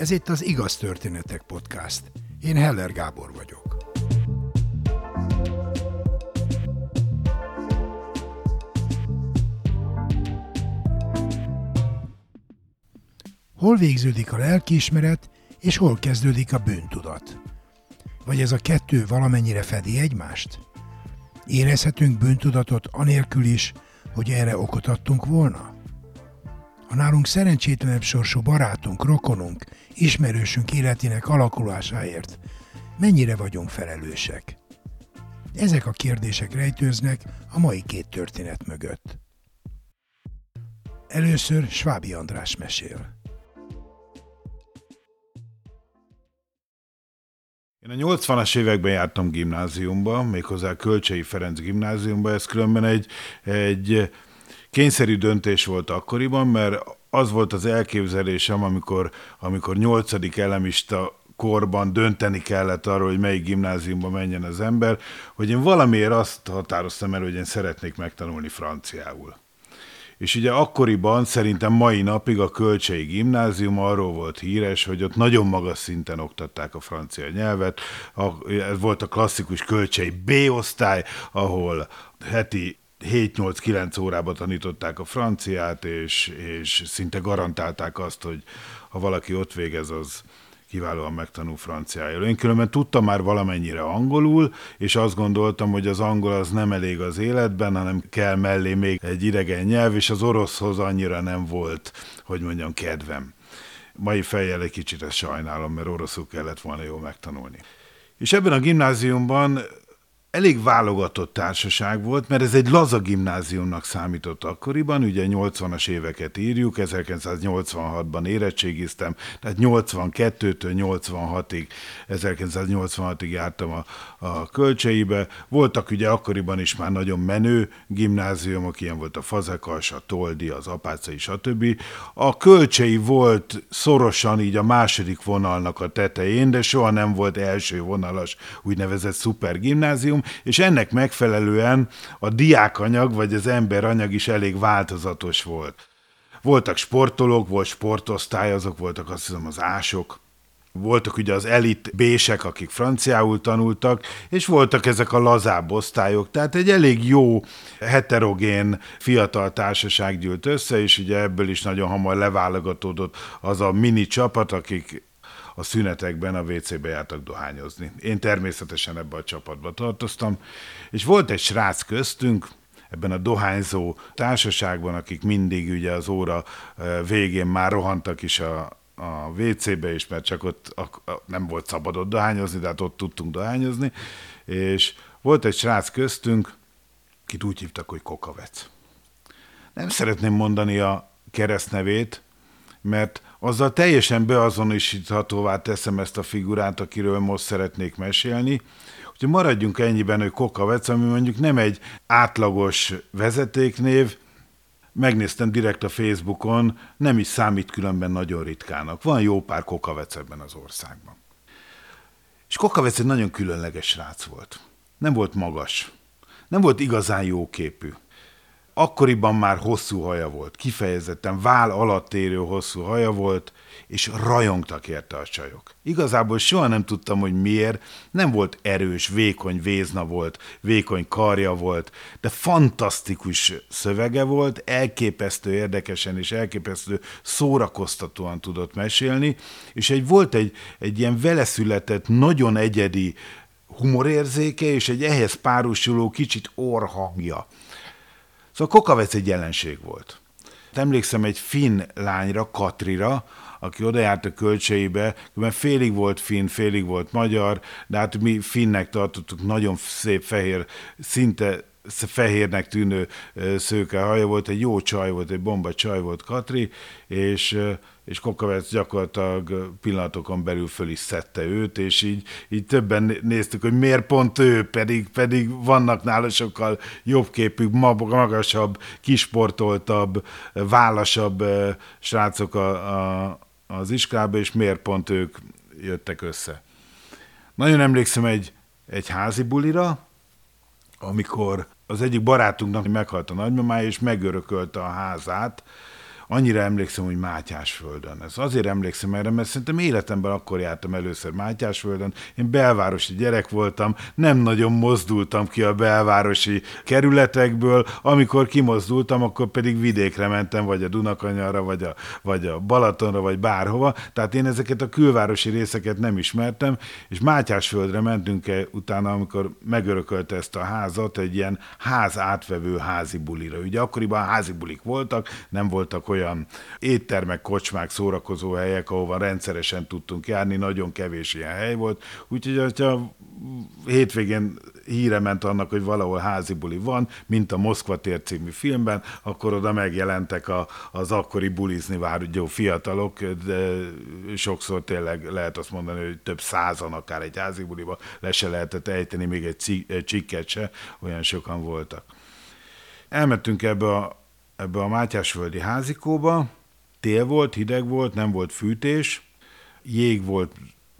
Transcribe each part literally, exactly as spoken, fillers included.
Ez itt az Igaz Történetek Podcast. Én Heller Gábor vagyok. Hol végződik a lelkiismeret, és hol kezdődik a bűntudat? Vagy ez a kettő valamennyire fedi egymást? Érezhetünk bűntudatot anélkül is, hogy erre okot adtunk volna? A nálunk szerencsétlenebb sorsú barátunk, rokonunk, ismerősünk életének alakulásáért mennyire vagyunk felelősek? Ezek a kérdések rejtőznek a mai két történet mögött. Először Svábi András mesél. Én a nyolcvanas években jártam gimnáziumba, méghozzá a Kölcsei Ferenc gimnáziumba, ez különben egy, egy kényszerű döntés volt akkoriban, mert az volt az elképzelésem, amikor, amikor nyolcadik elemista korban dönteni kellett arról, hogy melyik gimnáziumba menjen az ember, hogy én valamiért azt határoztam el, hogy én szeretnék megtanulni franciául. És ugye akkoriban, szerintem mai napig a Kölcsei Gimnázium arról volt híres, hogy ott nagyon magas szinten oktatták a francia nyelvet. Ez volt a klasszikus Kölcsei B-osztály, ahol heti hét-nyolc-kilenc órába tanították a franciát, és, és szinte garantálták azt, hogy ha valaki ott végez, az kiválóan megtanul franciául. Én különben tudtam már valamennyire angolul, és azt gondoltam, hogy az angol az nem elég az életben, hanem kell mellé még egy idegen nyelv, és az oroszhoz annyira nem volt, hogy mondjam, kedvem. Mai fejjel egy kicsit ezt sajnálom, mert oroszul kellett volna jól megtanulni. És ebben a gimnáziumban elég válogatott társaság volt, mert ez egy laza gimnáziumnak számított akkoriban, ugye nyolcvanas éveket írjuk, ezerkilencszáznyolcvanhatban érettségiztem, tehát nyolcvankettőtől nyolcvanhatig, ezerkilencszáznyolcvanhatig jártam a, a Kölcseibe. Voltak ugye akkoriban is már nagyon menő gimnáziumok, ilyen volt a Fazekas, a Toldi, az Apácai, stb. A Kölcsei volt szorosan így a második vonalnak a tetején, de soha nem volt első vonalas úgynevezett szupergimnázium, és ennek megfelelően a diákanyag, vagy az emberanyag is elég változatos volt. Voltak sportolók, volt sportosztály, azok voltak azt hiszem az ások, voltak ugye az elit bések, akik franciául tanultak, és voltak ezek a lazább osztályok, tehát egy elég jó, heterogén, fiatal társaság gyűlt össze, és ugye ebből is nagyon hamar leválogatódott az a mini csapat, akik a szünetekben a vé cébe jártak dohányozni. Én természetesen ebben a csapatban tartoztam, és volt egy srác köztünk, ebben a dohányzó társaságban, akik mindig ugye az óra végén már rohantak is a, a vé cébe is, mert csak ott a, a, nem volt szabad ott dohányozni, de hát ott tudtunk dohányozni, és volt egy srác köztünk, akit úgy hívtak, hogy Kokavec. Nem szeretném mondani a keresztnevét, mert azzal teljesen beazonosíthatóvá teszem ezt a figurát, akiről most szeretnék mesélni. Úgyhogy maradjunk ennyiben, hogy Kokavec, ami mondjuk nem egy átlagos vezetéknév, megnéztem direkt a Facebookon, nem is számít különben nagyon ritkának. Van jó pár Kokavec ebben az országban. És Kokavec egy nagyon különleges srác volt. Nem volt magas, nem volt igazán jóképű. Akkoriban már hosszú haja volt, kifejezetten váll alatt érő hosszú haja volt, és rajongtak érte a csajok. Igazából soha nem tudtam, hogy miért, nem volt erős, vékony vézna volt, vékony karja volt, de fantasztikus szövege volt, elképesztő érdekesen és elképesztő szórakoztatóan tudott mesélni, és egy, volt egy, egy ilyen veleszületett, nagyon egyedi humorérzéke, és egy ehhez párosuló kicsit orrhangja. Szóval Kokavec egy jelenség volt. Emlékszem egy finn lányra, Katrira, aki oda járt a Kölcseibe, mert félig volt finn, félig volt magyar, de hát mi finnek tartottuk, nagyon szép fehér, szinte fehérnek tűnő szőke haja volt, egy jó csaj volt, egy bomba csaj volt Katri, és, és Kokavec gyakorlatilag pillanatokon belül föl is szedte őt, és így, így többen néztük, hogy miért pont ő, pedig, pedig vannak nála sokkal jobbképű, magasabb, kisportoltabb, válasabb srácok a, a, az iskolába, és miért pont ők jöttek össze. Nagyon emlékszem egy, egy házi bulira, amikor az egyik barátunknak meghalt a nagymamája, és megörökölte a házát, annyira emlékszem, hogy Mátyásföldön. Ez azért emlékszem erre, mert szerintem életemben akkor jártam először Mátyásföldön. Én belvárosi gyerek voltam, nem nagyon mozdultam ki a belvárosi kerületekből. Amikor kimozdultam, akkor pedig vidékre mentem, vagy a Dunakanyarra, vagy a, vagy a Balatonra, vagy bárhova. Tehát én ezeket a külvárosi részeket nem ismertem, és Mátyásföldre mentünk el utána, amikor megörökölte ezt a házat, egy ilyen ház átvevő házi bulira. Ugye akkoriban házi bulik voltak, nem voltak olyan éttermek, kocsmák, szórakozó helyek, ahova rendszeresen tudtunk járni, nagyon kevés ilyen hely volt. Úgyhogy ha hétvégén híre ment annak, hogy valahol házi buli van, mint a Moszkva tér című filmben, akkor oda megjelentek a, az akkori bulizni váró fiatalok, de sokszor tényleg lehet azt mondani, hogy több százan akár egy házi buliba le se lehetett ejteni, még egy, egy csikket se, olyan sokan voltak. Elmentünk ebbe a, ebbe a mátyásföldi házikóba, tél volt, hideg volt, nem volt fűtés, jég volt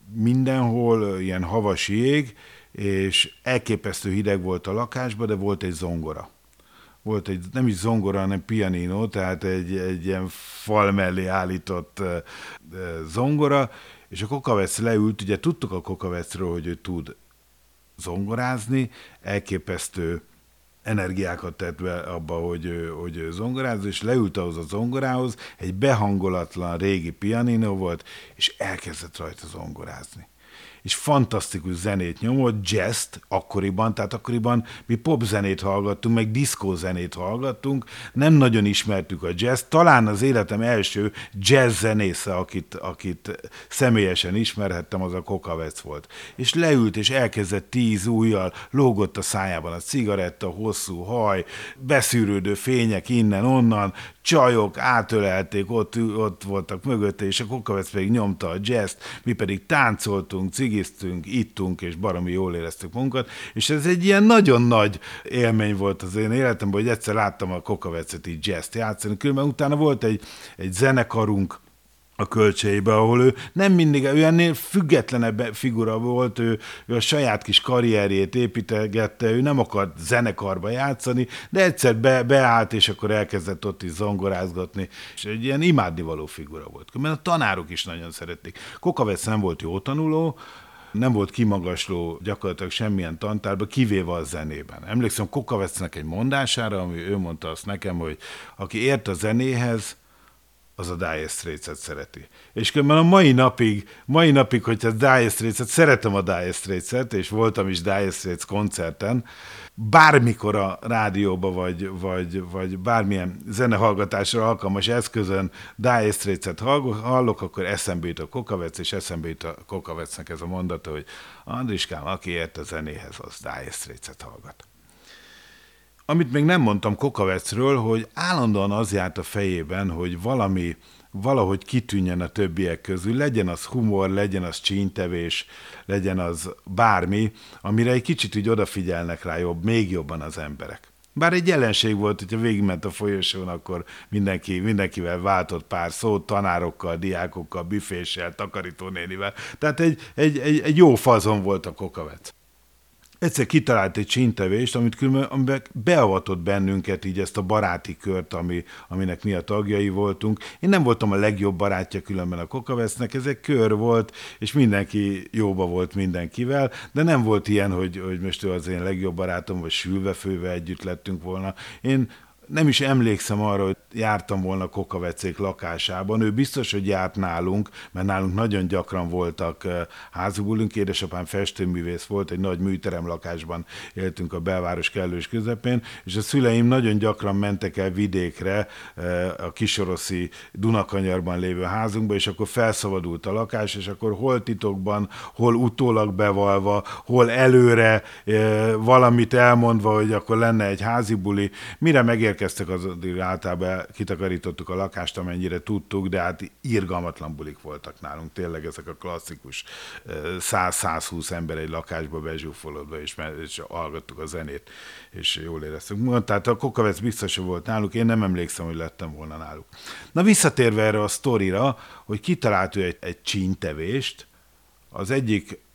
mindenhol, ilyen havas jég, és elképesztő hideg volt a lakásban, de volt egy zongora. Volt egy, nem is zongora, hanem pianino, tehát egy, egy ilyen fal mellé állított uh, zongora, és a Kokavec leült, ugye tudtuk a Kokavecről, hogy ő tud zongorázni, elképesztő energiákat tett be abba, hogy, hogy zongoráz, és leült ahhoz a zongorához, egy behangolatlan régi pianino volt, és elkezdett rajta zongorázni. És fantasztikus zenét nyomott, jazzt akkoriban, tehát akkoriban mi popzenét hallgattunk, meg diszkózenét hallgattunk, nem nagyon ismertük a jazz, talán az életem első jazz zenésze, akit, akit személyesen ismerhettem, az a Kokavec volt. És leült, és elkezdett tíz ujjal, lógott a szájában a cigaretta, hosszú haj, beszűrődő fények innen-onnan, csajok átölelték, ott, ott voltak mögötte, és a Kokavec pedig nyomta a jazzt, mi pedig táncoltunk, cigiztünk, ittunk, és baromi jól éreztük magunkat, és ez egy ilyen nagyon nagy élmény volt az én életemben, hogy egyszer láttam a Kokavecet így jazzt játszani, különben utána volt egy, egy zenekarunk a Kölcseibe, ahol ő nem mindig, ő ennél függetlenebb figura volt, ő, ő a saját kis karrierjét építegette, ő nem akart zenekarba játszani, de egyszer be, beállt, és akkor elkezdett ott is zongorázgatni, és egy ilyen imádnivaló figura volt. Mert a tanárok is nagyon szerették. Kokavec nem volt jó tanuló, nem volt kimagasló gyakorlatilag semmilyen tantárban, kivéve a zenében. Emlékszem Kokavecnek egy mondására, ami ő mondta azt nekem, hogy aki ért a zenéhez, az a Dire Straits-et szereti. És különben a mai napig, mai napig, hogyha Dire Straits-et, szeretem a Dire Straits-et, és voltam is Dire Straits koncerten, bármikor a rádióba, vagy, vagy, vagy bármilyen zenehallgatásra alkalmas eszközön Dire Straits-et hallok, akkor eszembe jut a Kokavec, és eszembe jut a Kokavecnek ez a mondata, hogy Andriskám, aki ért a zenéhez, az Dire Straits-et hallgat. Amit még nem mondtam Kokavecről, hogy állandóan az járt a fejében, hogy valami, valahogy kitűnjön a többiek közül, legyen az humor, legyen az csínytevés, legyen az bármi, amire egy kicsit úgy odafigyelnek rá jobb, még jobban az emberek. Bár egy jelenség volt, hogyha végigment a folyosón, akkor mindenki, mindenkivel váltott pár szót, tanárokkal, diákokkal, büféssel, takarítónénivel. Tehát egy, egy, egy, egy jó fazon volt a Kokavec. Egyszer kitalált egy csínytevést, amit különben beavatott bennünket, így ezt a baráti kört, ami, aminek mi a tagjai voltunk. Én nem voltam a legjobb barátja különben a Kokavecnek, ez egy kör volt, és mindenki jóba volt mindenkivel, de nem volt ilyen, hogy, hogy most ő az én legjobb barátom, vagy sülve-főve együtt lettünk volna. Én nem is emlékszem arra, hogy jártam volna Kokavecék lakásában. Ő biztos, hogy járt nálunk, mert nálunk nagyon gyakran voltak házibulink. Édesapám festőművész volt, egy nagy műterem lakásban éltünk a belváros kellős közepén, és a szüleim nagyon gyakran mentek el vidékre a kisoroszi Dunakanyarban lévő házunkba, és akkor felszabadult a lakás, és akkor hol titokban, hol utólag bevalva, hol előre valamit elmondva, hogy akkor lenne egy házibuli, mire megérkeztek, az általában kitakarítottuk a lakást, amennyire tudtuk, de hát irgalmatlan bulik voltak nálunk, tényleg ezek a klasszikus száz-százhúsz ember egy lakásba bezsúfolódva, és, és hallgattuk a zenét, és jól éreztük. Tehát a Kokavec biztos volt náluk, én nem emlékszem, hogy lettem volna náluk. Na visszatérve erre a sztorira, hogy kitalált ő egy, egy csínytevést, az egyik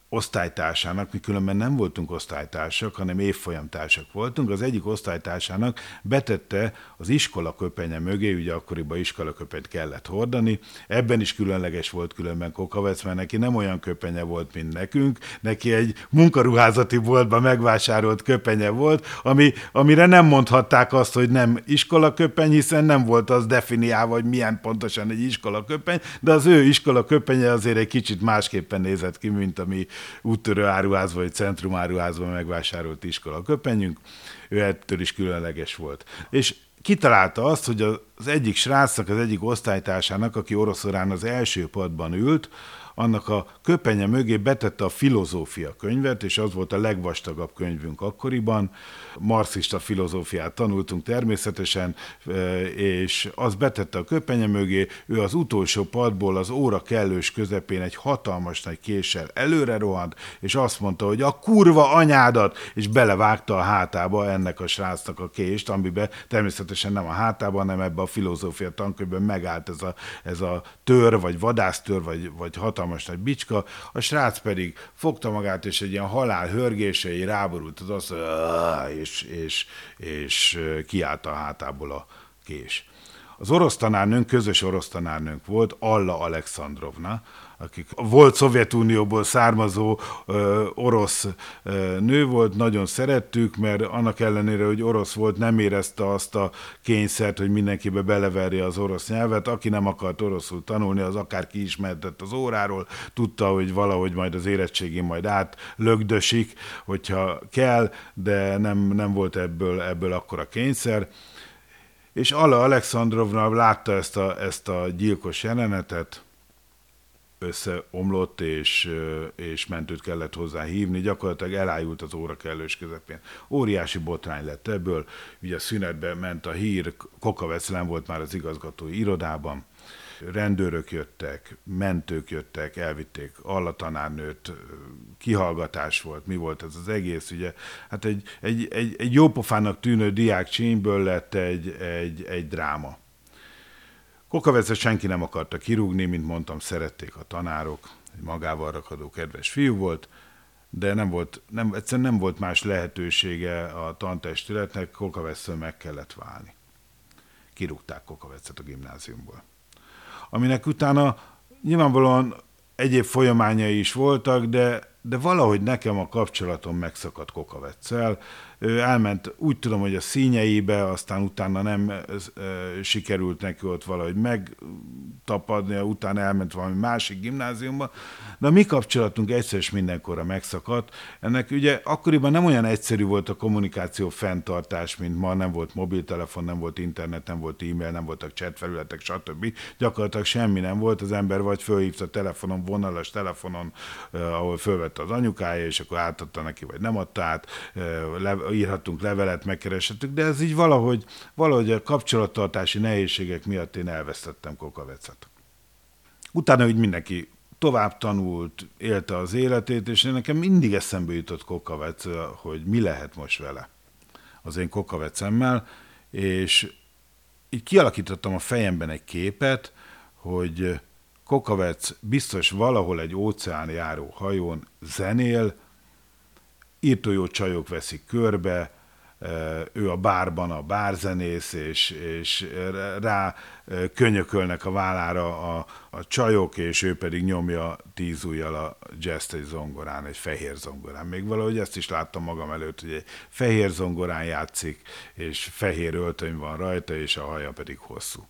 osztálytársának, mi különben nem voltunk osztálytársak, hanem évfolyamtársak voltunk, az egyik osztálytársának betette az iskola köpenye mögé, ugye akkoriban iskolaköpenyt kellett hordani, ebben is különleges volt különben Kokavec, mert neki nem olyan köpenye volt, mint nekünk, neki egy munkaruházati boltban megvásárolt köpenye volt, ami, amire nem mondhatták azt, hogy nem iskolaköpeny, hiszen nem volt az definiálva, hogy milyen pontosan egy iskolaköpeny, de az ő iskolaköpenye azért egy kicsit másképpen nézett ki, mint ami úttörő áruházban vagy centrum áruházban megvásárolt iskola köpenyünk, ő ettől is különleges volt. És kitalálta azt, hogy az egyik srácnak, az egyik osztálytársának, aki oroszorán az első padban ült, annak a köpenye mögé betette a filozófia könyvet, és az volt a legvastagabb könyvünk akkoriban. Marxista filozófiát tanultunk természetesen, és az betette a köpenye mögé, ő az utolsó padból az óra kellős közepén egy hatalmas nagy késsel előre rohant, és azt mondta, hogy a kurva anyádat, és belevágta a hátába ennek a srácnak a kést, amiben természetesen nem a hátában, hanem ebbe a filozófia tankönyvben megállt ez a, ez a tör, vagy vadásztör, vagy, vagy hatalmas nagy bicska, a srác pedig fogta magát, és egy ilyen halál hörgései ráborult az azt, és, és, és kiállt a hátából a kés. Az orosz tanárnőnk, közös orosz tanárnőnk volt, Alla Alexandrovna, akik volt Szovjetunióból származó ö, orosz ö, nő volt, nagyon szerettük, mert annak ellenére, hogy orosz volt, nem érezte azt a kényszert, hogy mindenkibe beleverje az orosz nyelvet. Aki nem akart oroszul tanulni, az akár kiismertett az óráról, tudta, hogy valahogy majd az érettségén majd átlögdösik, hogyha kell, de nem, nem volt ebből, ebből akkora kényszer. És Alla Alexandrovna látta ezt a, ezt a gyilkos jelenetet, összeomlott, és, és mentőt kellett hozzá hívni, gyakorlatilag elájult az óra kellős közepén. Óriási botrány lett ebből, ugye a szünetben ment a hír, Kokavec nem volt már az igazgatói irodában, rendőrök jöttek, mentők jöttek, elvitték Alla tanárnőt, kihallgatás volt, mi volt ez az egész, ugye, hát egy, egy, egy, egy jópofának tűnő diákcsínyből lett egy, egy, egy dráma. Kokavecet senki nem akarta kirúgni, mint mondtam, szerették a tanárok, egy magával rakadó kedves fiú volt, de nem volt, nem, egyszerűen nem volt más lehetősége a tantestületnek, Kokavectől meg kellett válni. Kirúgták Kokavecet a gimnáziumból. Aminek utána nyilvánvalóan egyéb folyamányai is voltak, de, de valahogy nekem a kapcsolatom megszakadt Kokaveccel. Ő elment, úgy tudom, hogy a Színyeibe, aztán utána nem e, sikerült neki ott valahogy megtapadnia, utána elment valami másik gimnáziumba, de a mi kapcsolatunk egyszer és mindenkorra megszakadt. Ennek ugye akkoriban nem olyan egyszerű volt a kommunikáció fenntartás, mint ma, nem volt mobiltelefon, nem volt internet, nem volt e-mail, nem voltak chatfelületek, stb. Gyakorlatilag semmi nem volt, az ember vagy fölhívta telefonon, vonalas telefonon, eh, ahol fölvette az anyukája, és akkor átadta neki, vagy nem adta át, eh, írhattunk levelet, megkereshettük, de ez így valahogy, valahogy a kapcsolattartási nehézségek miatt én elvesztettem Kokavecet. Utána úgy mindenki tovább tanult, élte az életét, és nekem mindig eszembe jutott Kokavec, hogy mi lehet most vele az én Kokavecemmel, és így kialakítottam a fejemben egy képet, hogy Kokavec biztos valahol egy óceán járó hajón zenél, írtójó csajok veszik körbe, ő a bárban a bárzenész, és, és rá könyökölnek a vállára a, a csajok, és ő pedig nyomja tíz ujjal a jazzt egy zongorán, egy fehér zongorán. Még valahogy ezt is láttam magam előtt, hogy egy fehér zongorán játszik, és fehér öltöny van rajta, és a haja pedig hosszú.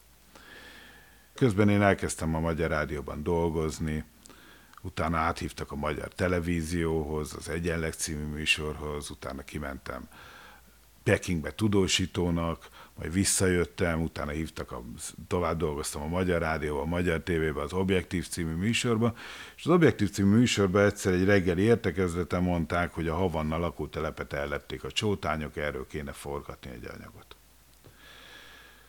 Közben én elkezdtem a Magyar Rádióban dolgozni, utána áthívtak a Magyar Televízióhoz, az Egyenleg című műsorhoz, utána kimentem Pekingbe tudósítónak, majd visszajöttem, utána hívtak, a, tovább dolgoztam a Magyar Rádióban, a Magyar tévében, az Objektív című műsorban, és az Objektív című műsorban egyszer egy reggeli értekezleten mondták, hogy a Havanna lakótelepet ellették a csótányok, erről kéne forgatni egy anyagot.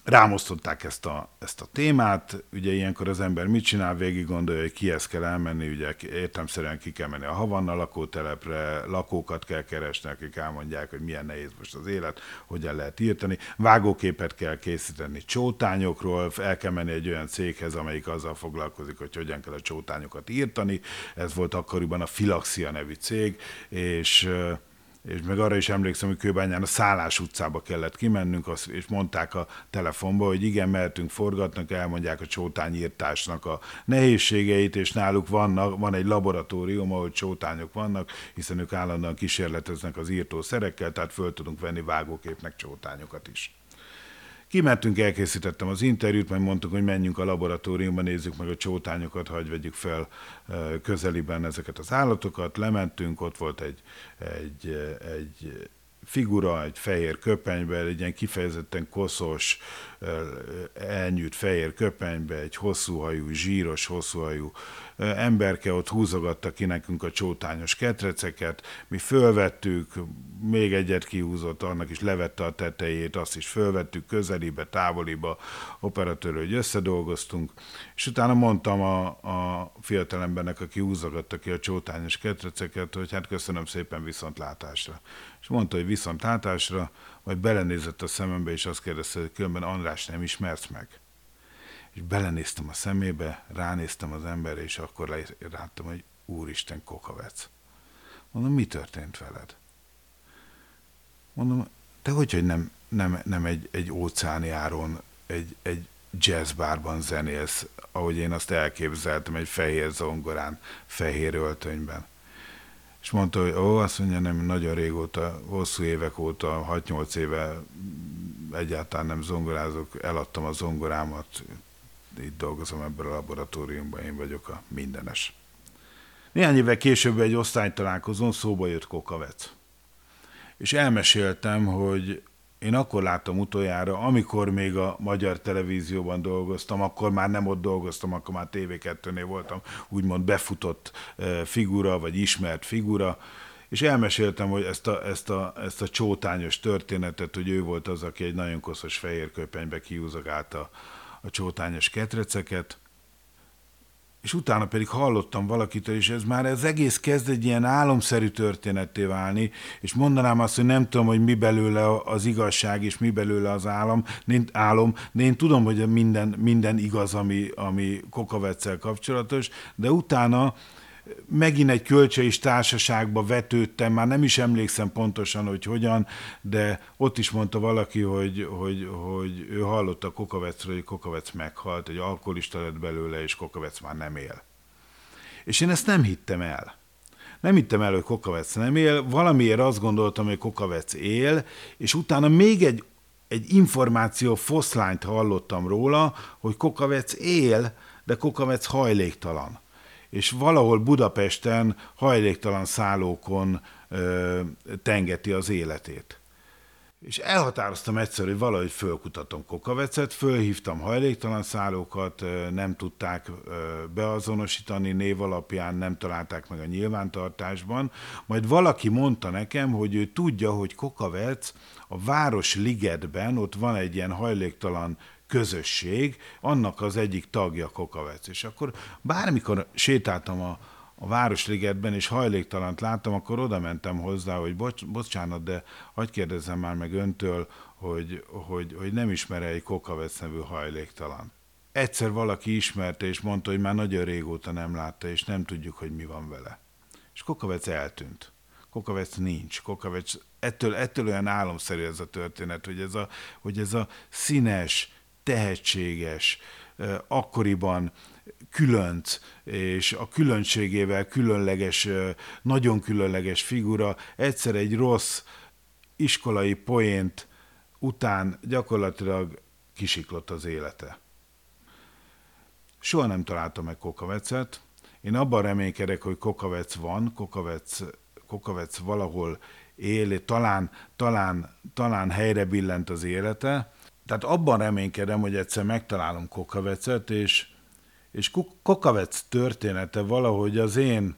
rámosztották ezt a, ezt a témát, ugye ilyenkor az ember mit csinál, végig gondolja, hogy kihez kell elmenni, ugye értelemszerűen ki kell menni a Havanna lakótelepre, lakókat kell keresni, akik elmondják, hogy milyen nehéz most az élet, hogyan lehet írtani, vágóképet kell készíteni csótányokról, el kell menni egy olyan céghez, amelyik azzal foglalkozik, hogy hogyan kell a csótányokat írtani, ez volt akkoriban a Filaxia nevű cég, és és meg arra is emlékszem, hogy Kőbányán a Szállás utcába kellett kimennünk, és mondták a telefonba, hogy igen, mehetünk forgatnak, elmondják a csótányírtásnak a nehézségeit, és náluk vannak, van egy laboratórium, ahol csótányok vannak, hiszen ők állandóan kísérleteznek az írtószerekkel, tehát föl tudunk venni vágóképnek csótányokat is. Kimentünk, elkészítettem az interjút, majd mondtuk, hogy menjünk a laboratóriumba, nézzük meg a csótányokat, hagyj vegyük fel közeliben ezeket az állatokat. Lementünk, ott volt egy, egy, egy figura, egy fehér köpenyben, egy ilyen kifejezetten koszos, elnyűjt fehér köpenyben, egy hosszúhajú, zsíros, hosszúhajú emberke ott húzogatta ki nekünk a csótányos ketreceket, mi fölvettük, még egyet kihúzott, annak is levette a tetejét, azt is fölvettük közelibe, távoliba, operatőrről, hogy összedolgoztunk, és utána mondtam a, a fiatalembernek, aki húzogatta ki a csótányos ketreceket, hogy hát köszönöm szépen, viszontlátásra. És mondta, hogy viszontlátásra, majd belenézett a szemembe, és azt kérdezte, hogy különben András, nem ismersz meg? És belenéztem a szemébe, ránéztem az emberre, és akkor láttam, hogy úristen, Kokavec. Mondom, mi történt veled? Mondom, te hogy, hogy nem, nem, nem egy, egy óceánjáron, egy, egy jazzbárban zenélsz, ahogy én azt elképzeltem, egy fehér zongorán, fehér öltönyben. És mondta, hogy ó, azt mondja, nem, nagyon régóta, hosszú évek óta, hat-nyolc éve egyáltalán nem zongorázok, eladtam a zongorámat, itt dolgozom ebben a laboratóriumban, én vagyok a mindenes. Néhány évvel később egy osztálytalálkozón szóba jött Kokavec. És elmeséltem, hogy én akkor láttam utoljára, amikor még a magyar televízióban dolgoztam, akkor már nem ott dolgoztam, akkor már té vé kettőnél voltam, úgymond befutott figura, vagy ismert figura, és elmeséltem, hogy ezt a, ezt a, ezt a csótányos történetet, hogy ő volt az, aki egy nagyon koszos fehér köpenybe kihúzogálta a csótányos ketreceket, és utána pedig hallottam valakitől, és ez már az egész kezd egy ilyen álomszerű történetté válni, és mondanám azt, hogy nem tudom, hogy mi belőle az igazság, és mi belőle az álom, álom, de én tudom, hogy minden, minden igaz, ami, ami Kokaveccel kapcsolatos, de utána megint egy kölcsei társaságba vetődtem, már nem is emlékszem pontosan, hogy hogyan, de ott is mondta valaki, hogy, hogy, hogy ő hallotta Kokavecről, hogy Kokavec meghalt, egy alkoholista lett belőle, és Kokavec már nem él. És én ezt nem hittem el. Nem hittem el, hogy Kokavec nem él, valamiért azt gondoltam, hogy Kokavec él, és utána még egy, egy információ foszlányt hallottam róla, hogy Kokavec él, de Kokavec hajléktalan. És valahol Budapesten hajléktalan szállókon ö, tengeti az életét. És elhatároztam egyszer, hogy valahogy fölkutatom Kokavecet, fölhívtam hajléktalan szállókat, nem tudták beazonosítani név alapján, nem találták meg a nyilvántartásban, majd valaki mondta nekem, hogy ő tudja, hogy Kokavec a Városligetben, ott van egy ilyen hajléktalan közösség, annak az egyik tagja Kokavec. És akkor bármikor sétáltam a, a Városligetben, és hajléktalant láttam, akkor oda mentem hozzá, hogy bocs, bocsánat, de hadd kérdezzem már meg öntől, hogy, hogy, hogy nem ismer egy Kokavec nevű hajléktalan. Egyszer valaki ismerte, és mondta, hogy már nagyon régóta nem látta, és nem tudjuk, hogy mi van vele. És Kokavec eltűnt. Kokavec nincs. Kokavec, ettől, ettől olyan álomszerű ez a történet, hogy ez a, hogy ez a színes, tehetséges, akkoriban különc, és a különbségével különleges, nagyon különleges figura egyszer egy rossz iskolai poént után gyakorlatilag kisiklott az élete. Soha nem találtam meg Kokavecet. Én abban reménykedek, hogy Kokavec van, Kokavec, Kokavec valahol él, talán, talán, talán helyre billent az élete. Tehát abban reménykedem, hogy egyszer megtalálom Kokavecet, és, és Kokavec története valahogy az én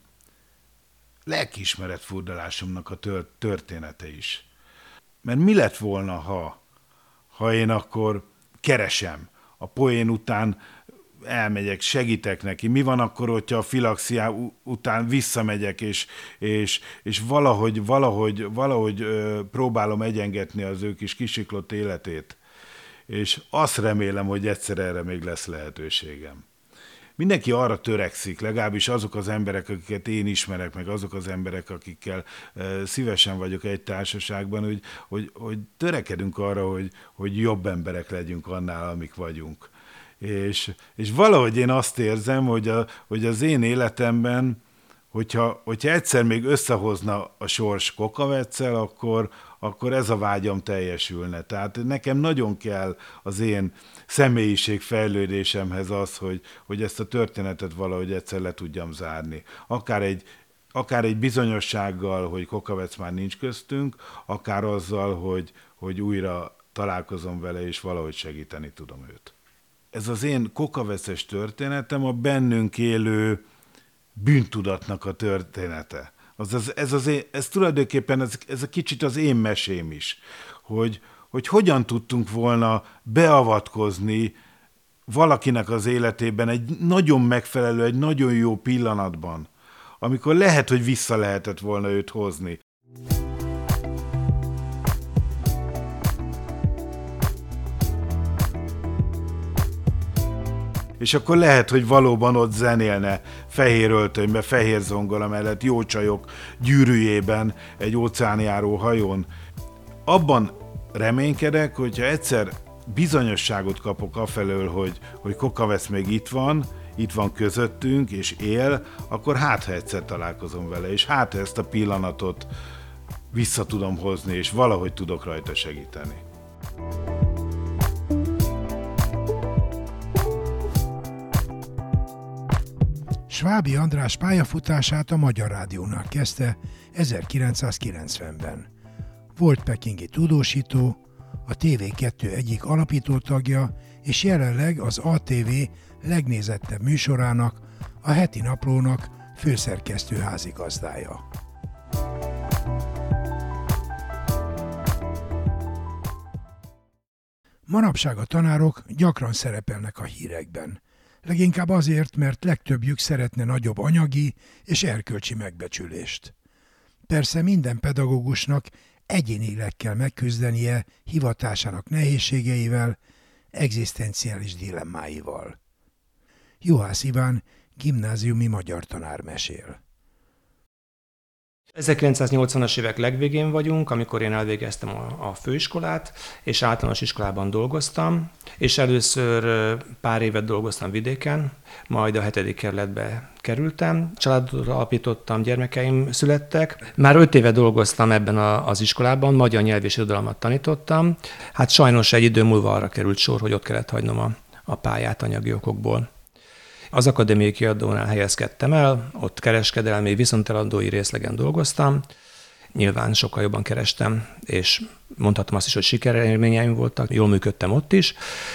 lelkiismeretfurdalásomnak a története is. Mert mi lett volna, ha, ha én akkor keresem. A poén után elmegyek, segítek neki. Mi van akkor, hogyha a filaxia után visszamegyek, és, és, és valahogy, valahogy, valahogy ö, próbálom egyengetni az ő kis kisiklott életét. És azt remélem, hogy egyszer erre még lesz lehetőségem. Mindenki arra törekszik, legalábbis azok az emberek, akiket én ismerek, meg azok az emberek, akikkel e, szívesen vagyok egy társaságban, hogy, hogy, hogy törekedünk arra, hogy, hogy jobb emberek legyünk annál, amik vagyunk. És, és valahogy én azt érzem, hogy, a, hogy az én életemben, hogyha, hogyha egyszer még összehozna a sors Kokavecel, akkor, akkor ez a vágyam teljesülne. Tehát nekem nagyon kell az én személyiség fejlődésemhez az, hogy, hogy ezt a történetet valahogy egyszer le tudjam zárni. Akár egy, akár egy bizonyossággal, hogy Kokavec már nincs köztünk, akár azzal, hogy, hogy újra találkozom vele, és valahogy segíteni tudom őt. Ez az én kokaveces történetem a bennünk élő bűntudatnak a története. Azaz, ez, az én, ez tulajdonképpen ez, ez a kicsit az én mesém is, hogy, hogy hogyan tudtunk volna beavatkozni valakinek az életében egy nagyon megfelelő, egy nagyon jó pillanatban, amikor lehet, hogy vissza lehetett volna őt hozni. És akkor lehet, hogy valóban ott zenélne fehér öltönybe, fehér zongora mellett, jó csajok gyűrűjében, egy óceánjáró hajón. Abban reménykedek, hogyha egyszer bizonyosságot kapok afelől, hogy, hogy Kokavec még itt van, itt van közöttünk, és él, akkor hát, ha egyszer találkozom vele, és hát, ha ezt a pillanatot vissza tudom hozni, és valahogy tudok rajta segíteni. Svábi András pályafutását a Magyar Rádiónál kezdte ezerkilencszázkilencvenben. Volt pekingi tudósító, a té vé kettő egyik alapító tagja, és jelenleg az á té vé legnézettebb műsorának, a Heti Naplónak főszerkesztő házigazdája. Manapság a tanárok gyakran szerepelnek a hírekben. Leginkább azért, mert legtöbbjük szeretne nagyobb anyagi és erkölcsi megbecsülést. Persze minden pedagógusnak egyénileg kell megküzdenie hivatásának nehézségeivel, egzisztenciális dilemmáival. Juhász Iván, gimnáziumi magyar tanár mesél. ezerkilencszáznyolcvanas évek legvégén vagyunk, amikor én elvégeztem a, a főiskolát, és általános iskolában dolgoztam, és először pár évet dolgoztam vidéken, majd a hetedik kerületbe kerültem, családot alapítottam, gyermekeim születtek. Már öt éve dolgoztam ebben a, az iskolában, magyar nyelv és irodalmat tanítottam. Hát sajnos egy idő múlva arra került sor, hogy ott kellett hagynom a, a pályát anyagi okokból. Az akadémiai kiadónál helyezkedtem el, ott kereskedelmi, viszonteladói részlegen dolgoztam. Nyilván sokkal jobban kerestem, és mondhatom azt is, hogy sikerélményeim voltak, jól működtem ott is.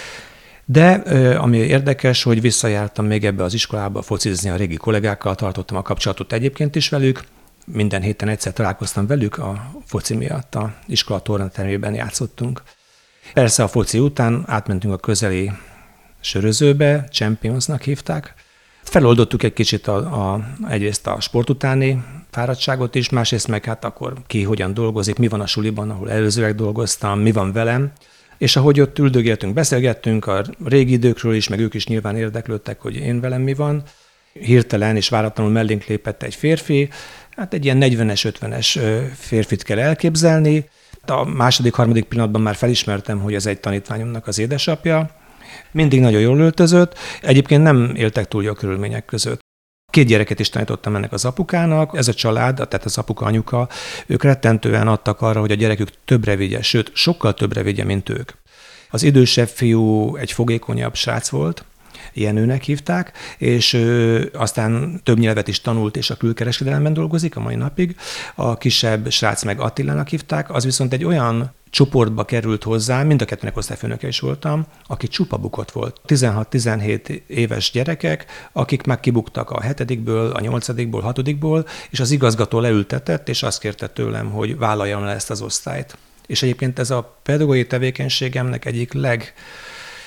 De ami érdekes, hogy visszajártam még ebbe az iskolába focizni a régi kollégákkal, tartottam a kapcsolatot egyébként is velük. Minden héten egyszer találkoztam velük, a foci miatt a iskola tornatermében játszottunk. Persze a foci után átmentünk a közeli sörözőbe, Championsnak hívták. Feloldottuk egy kicsit a, a, egyrészt a sport utáni fáradtságot is, másrészt meg hát akkor ki hogyan dolgozik, mi van a suliban, ahol előzőleg dolgoztam, mi van velem. És ahogy ott üldögéltünk, beszélgettünk a régi időkről is, meg ők is nyilván érdeklődtek, hogy én velem mi van. Hirtelen és váratlanul mellénk lépett egy férfi, hát egy ilyen negyvenes, ötvenes férfit kell elképzelni. A második, harmadik pillanatban már felismertem, hogy ez egy tanítványomnak az édesapja. Mindig nagyon jól öltözött, egyébként nem éltek túl jó körülmények között. Két gyereket is tanítottam ennek az apukának, ez a család, tehát az apuka, anyuka, ők rettentően adtak arra, hogy a gyerekük többre vigye, sőt, sokkal többre vigye, mint ők. Az idősebb fiú egy fogékonyabb srác volt, Jenőnek hívták, és ő aztán több nyelvet is tanult, és a külkereskedelemben dolgozik a mai napig. A kisebb srác meg Attilának hívták, az viszont egy olyan csoportba került hozzá, mind a kettőnek osztályfőnöke is voltam, aki csupa bukott volt. tizenhat-tizenhét éves gyerekek, akik már kibuktak a hetedikből, a nyolcadikból, hatodikból, és az igazgató leültetett, és azt kérte tőlem, hogy vállaljam le ezt az osztályt. És egyébként ez a pedagógiai tevékenységemnek egyik leg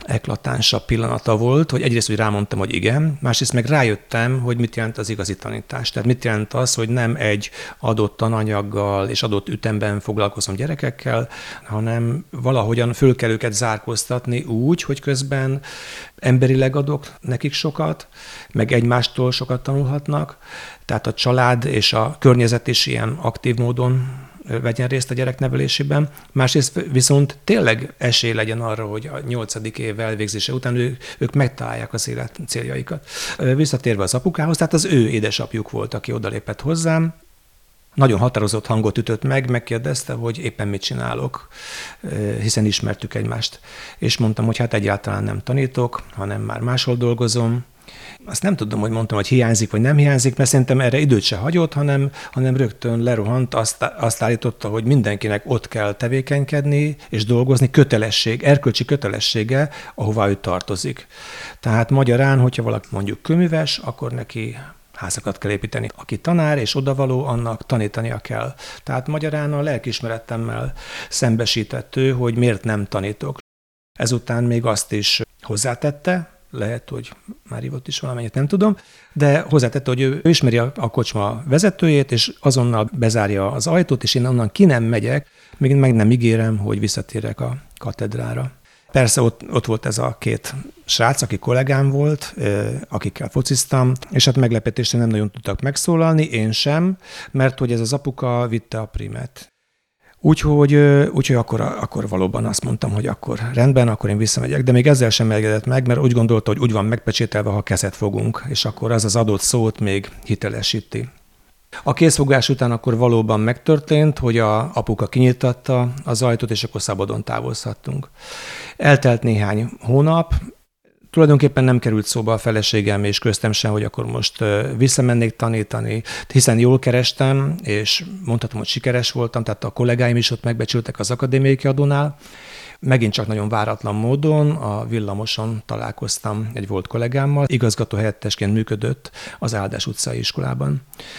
legeklatánsabb pillanata volt, hogy egyrészt, hogy rámondtam, hogy igen, másrészt meg rájöttem, hogy mit jelent az igazi tanítás. Tehát mit jelent az, hogy nem egy adott tananyaggal és adott ütemben foglalkozom gyerekekkel, hanem valahogyan föl kell őket zárkóztatni úgy, hogy közben emberileg adok nekik sokat, meg egymástól sokat tanulhatnak, tehát a család és a környezet is ilyen aktív módon vegyen részt a gyerek nevelésében. Másrészt viszont tényleg esély legyen arra, hogy a nyolcadik év elvégzése után ő, ők megtalálják az élet céljaikat. Visszatérve az apukához, tehát az ő édesapjuk volt, aki odalépett hozzám, nagyon határozott hangot ütött meg, megkérdezte, hogy éppen mit csinálok, hiszen ismertük egymást. És mondtam, hogy hát egyáltalán nem tanítok, hanem már máshol dolgozom. Azt nem tudom, hogy mondtam, hogy hiányzik, vagy nem hiányzik, mert szerintem erre időt se hagyott, hanem, hanem rögtön lerohant, azt, azt állította, hogy mindenkinek ott kell tevékenykedni és dolgozni, kötelesség, erkölcsi kötelessége, ahová ő tartozik. Tehát magyarán, hogyha valaki mondjuk kőműves, akkor neki házakat kell építeni. Aki tanár és odavaló, annak tanítania kell. Tehát magyarán a lelkiismeretemmel szembesített ő, hogy miért nem tanítok. Ezután még azt is hozzátette, lehet, hogy már ívott is valamennyit, nem tudom, de hozzátette, hogy ő ismeri a kocsma vezetőjét, és azonnal bezárja az ajtót, és én onnan ki nem megyek, még meg nem ígérem, hogy visszatérek a katedrára. Persze ott, ott volt ez a két srác, aki kollégám volt, akikkel fociztam, és hát meglepetésre nem nagyon tudtak megszólalni, én sem, mert hogy ez az apuka vitte a primet. Úgyhogy, úgyhogy akkor, akkor valóban azt mondtam, hogy akkor rendben, akkor én visszamegyek, de még ezzel sem elégedett meg, mert úgy gondolta, hogy úgy van megpecsételve, ha kezet fogunk, és akkor az az adott szót még hitelesíti. A készfogás után akkor valóban megtörtént, hogy a apuka kinyitatta az ajtót, és akkor szabadon távozhattunk. Eltelt néhány hónap, tulajdonképpen nem került szóba a feleségem, és köztem sem, hogy akkor most visszamennék tanítani, hiszen jól kerestem, és mondhatom, hogy sikeres voltam, tehát a kollégáim is ott megbecsültek az akadémiai kiadónál. Megint csak nagyon váratlan módon a villamoson találkoztam egy volt kollégámmal, igazgató helyettesként működött az Áldás utcai iskolában.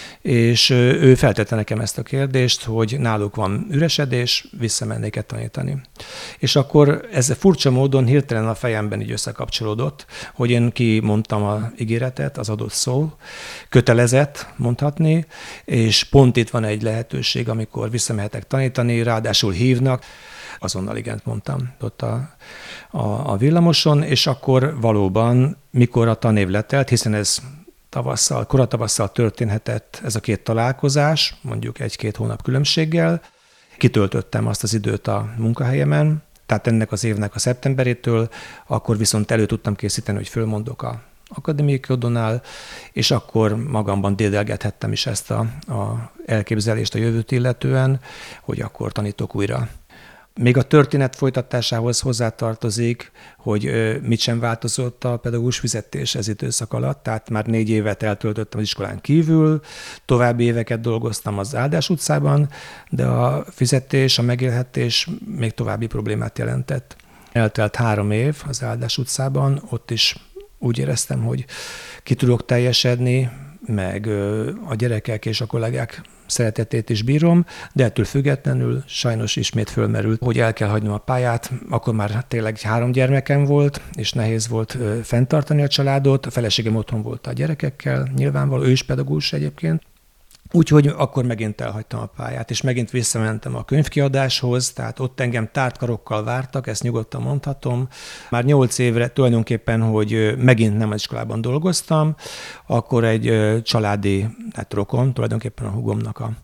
És ő feltette nekem ezt a kérdést, hogy náluk van üresedés, visszamennék-e tanítani. És akkor ez furcsa módon hirtelen a fejemben így összekapcsolódott, hogy én kimondtam az ígéretet, az adott szó, kötelezett mondhatni, és pont itt van egy lehetőség, amikor visszamehetek tanítani, ráadásul hívnak, azonnal igent mondtam ott a, a, a villamoson, és akkor valóban, mikor a tanév letelt, hiszen ez tavasszal, koratavasszal történhetett ez a két találkozás, mondjuk egy-két hónap különbséggel, kitöltöttem azt az időt a munkahelyemen, tehát ennek az évnek a szeptemberétől, akkor viszont elő tudtam készíteni, hogy fölmondok a akadémiai kiadónál, és akkor magamban dédelgethettem is ezt a, a elképzelést a jövőt illetően, hogy akkor tanítok újra. Még a történet folytatásához hozzátartozik, hogy mit sem változott a pedagógus fizetés ez időszak alatt, tehát már négy évet eltöltöttem az iskolán kívül, további éveket dolgoztam az Áldás utcában, de a fizetés, a megélhetés még további problémát jelentett. Eltelt három év az Áldás utcában, ott is úgy éreztem, hogy ki tudok teljesedni, meg a gyerekek és a kollégák szeretetét is bírom, de ettől függetlenül sajnos ismét fölmerült, hogy el kell hagynom a pályát, akkor már tényleg három gyermekem volt, és nehéz volt fenntartani a családot, a feleségem otthon volt a gyerekekkel, nyilvánvaló, ő is pedagógus egyébként, úgyhogy akkor megint elhagytam a pályát, és megint visszamentem a könyvkiadáshoz, tehát ott engem tártkarokkal vártak, ezt nyugodtan mondhatom. Már nyolc évre tulajdonképpen, hogy megint nem az iskolában dolgoztam, akkor egy családi hát rokon, tulajdonképpen a húgomnak a,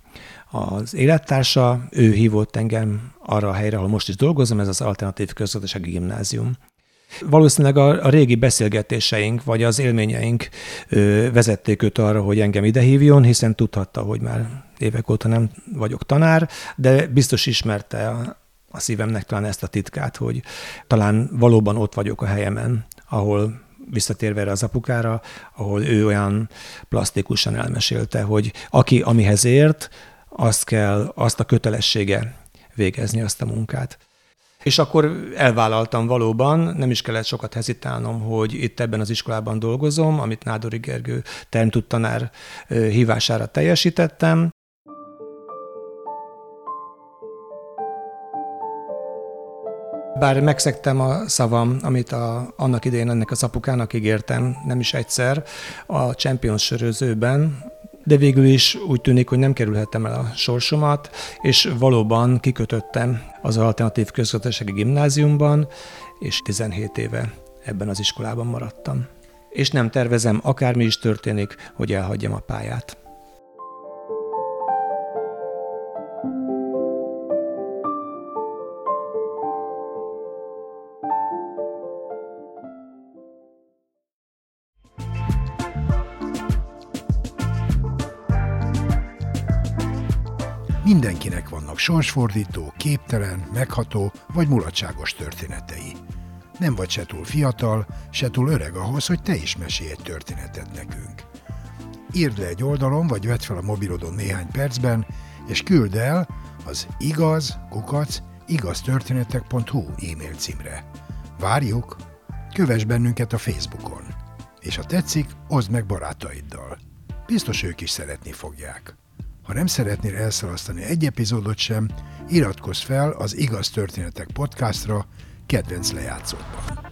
az élettársa, ő hívott engem arra a helyre, ahol most is dolgozom, ez az Alternatív Közgazdasági Gimnázium. Valószínűleg a, a régi beszélgetéseink, vagy az élményeink ö, vezették őt arra, hogy engem ide hívjon, hiszen tudhatta, hogy már évek óta nem vagyok tanár, de biztos ismerte a, a szívemnek talán ezt a titkát, hogy talán valóban ott vagyok a helyemen, ahol visszatérve erre az apukára, ahol ő olyan plastikusan elmesélte, hogy aki amihez ért, azt kell, azt a kötelessége végezni azt a munkát. És akkor elvállaltam valóban, nem is kellett sokat hezitálnom, hogy itt ebben az iskolában dolgozom, amit Nádori Gergő termtudtanár hívására teljesítettem. Bár megszegtem a szavam, amit a, annak idején ennek az apukának ígértem, nem is egyszer, a Champions sörözőben, de végül is úgy tűnik, hogy nem kerülhettem el a sorsomat, és valóban kikötöttem az alternatív közgazdasági gimnáziumban, és tizenhét éve ebben az iskolában maradtam. És nem tervezem, akármi is történik, hogy elhagyjam a pályát. Mindenkinek vannak sorsfordító, képtelen, megható vagy mulatságos történetei. Nem vagy se túl fiatal, se túl öreg ahhoz, hogy te is mesélj egy történetet nekünk. Írd le egy oldalon, vagy vedd fel a mobilodon néhány percben, és küld el az igaz kukac igaztörténetek pont hu e-mail címre. Várjuk! Kövess bennünket a Facebookon. És ha tetszik, oszd meg barátaiddal. Biztos ők is szeretni fogják. Ha nem szeretnél elszalasztani egy epizódot sem, iratkozz fel az Igaz Történetek podcastra kedvenc lejátszódban.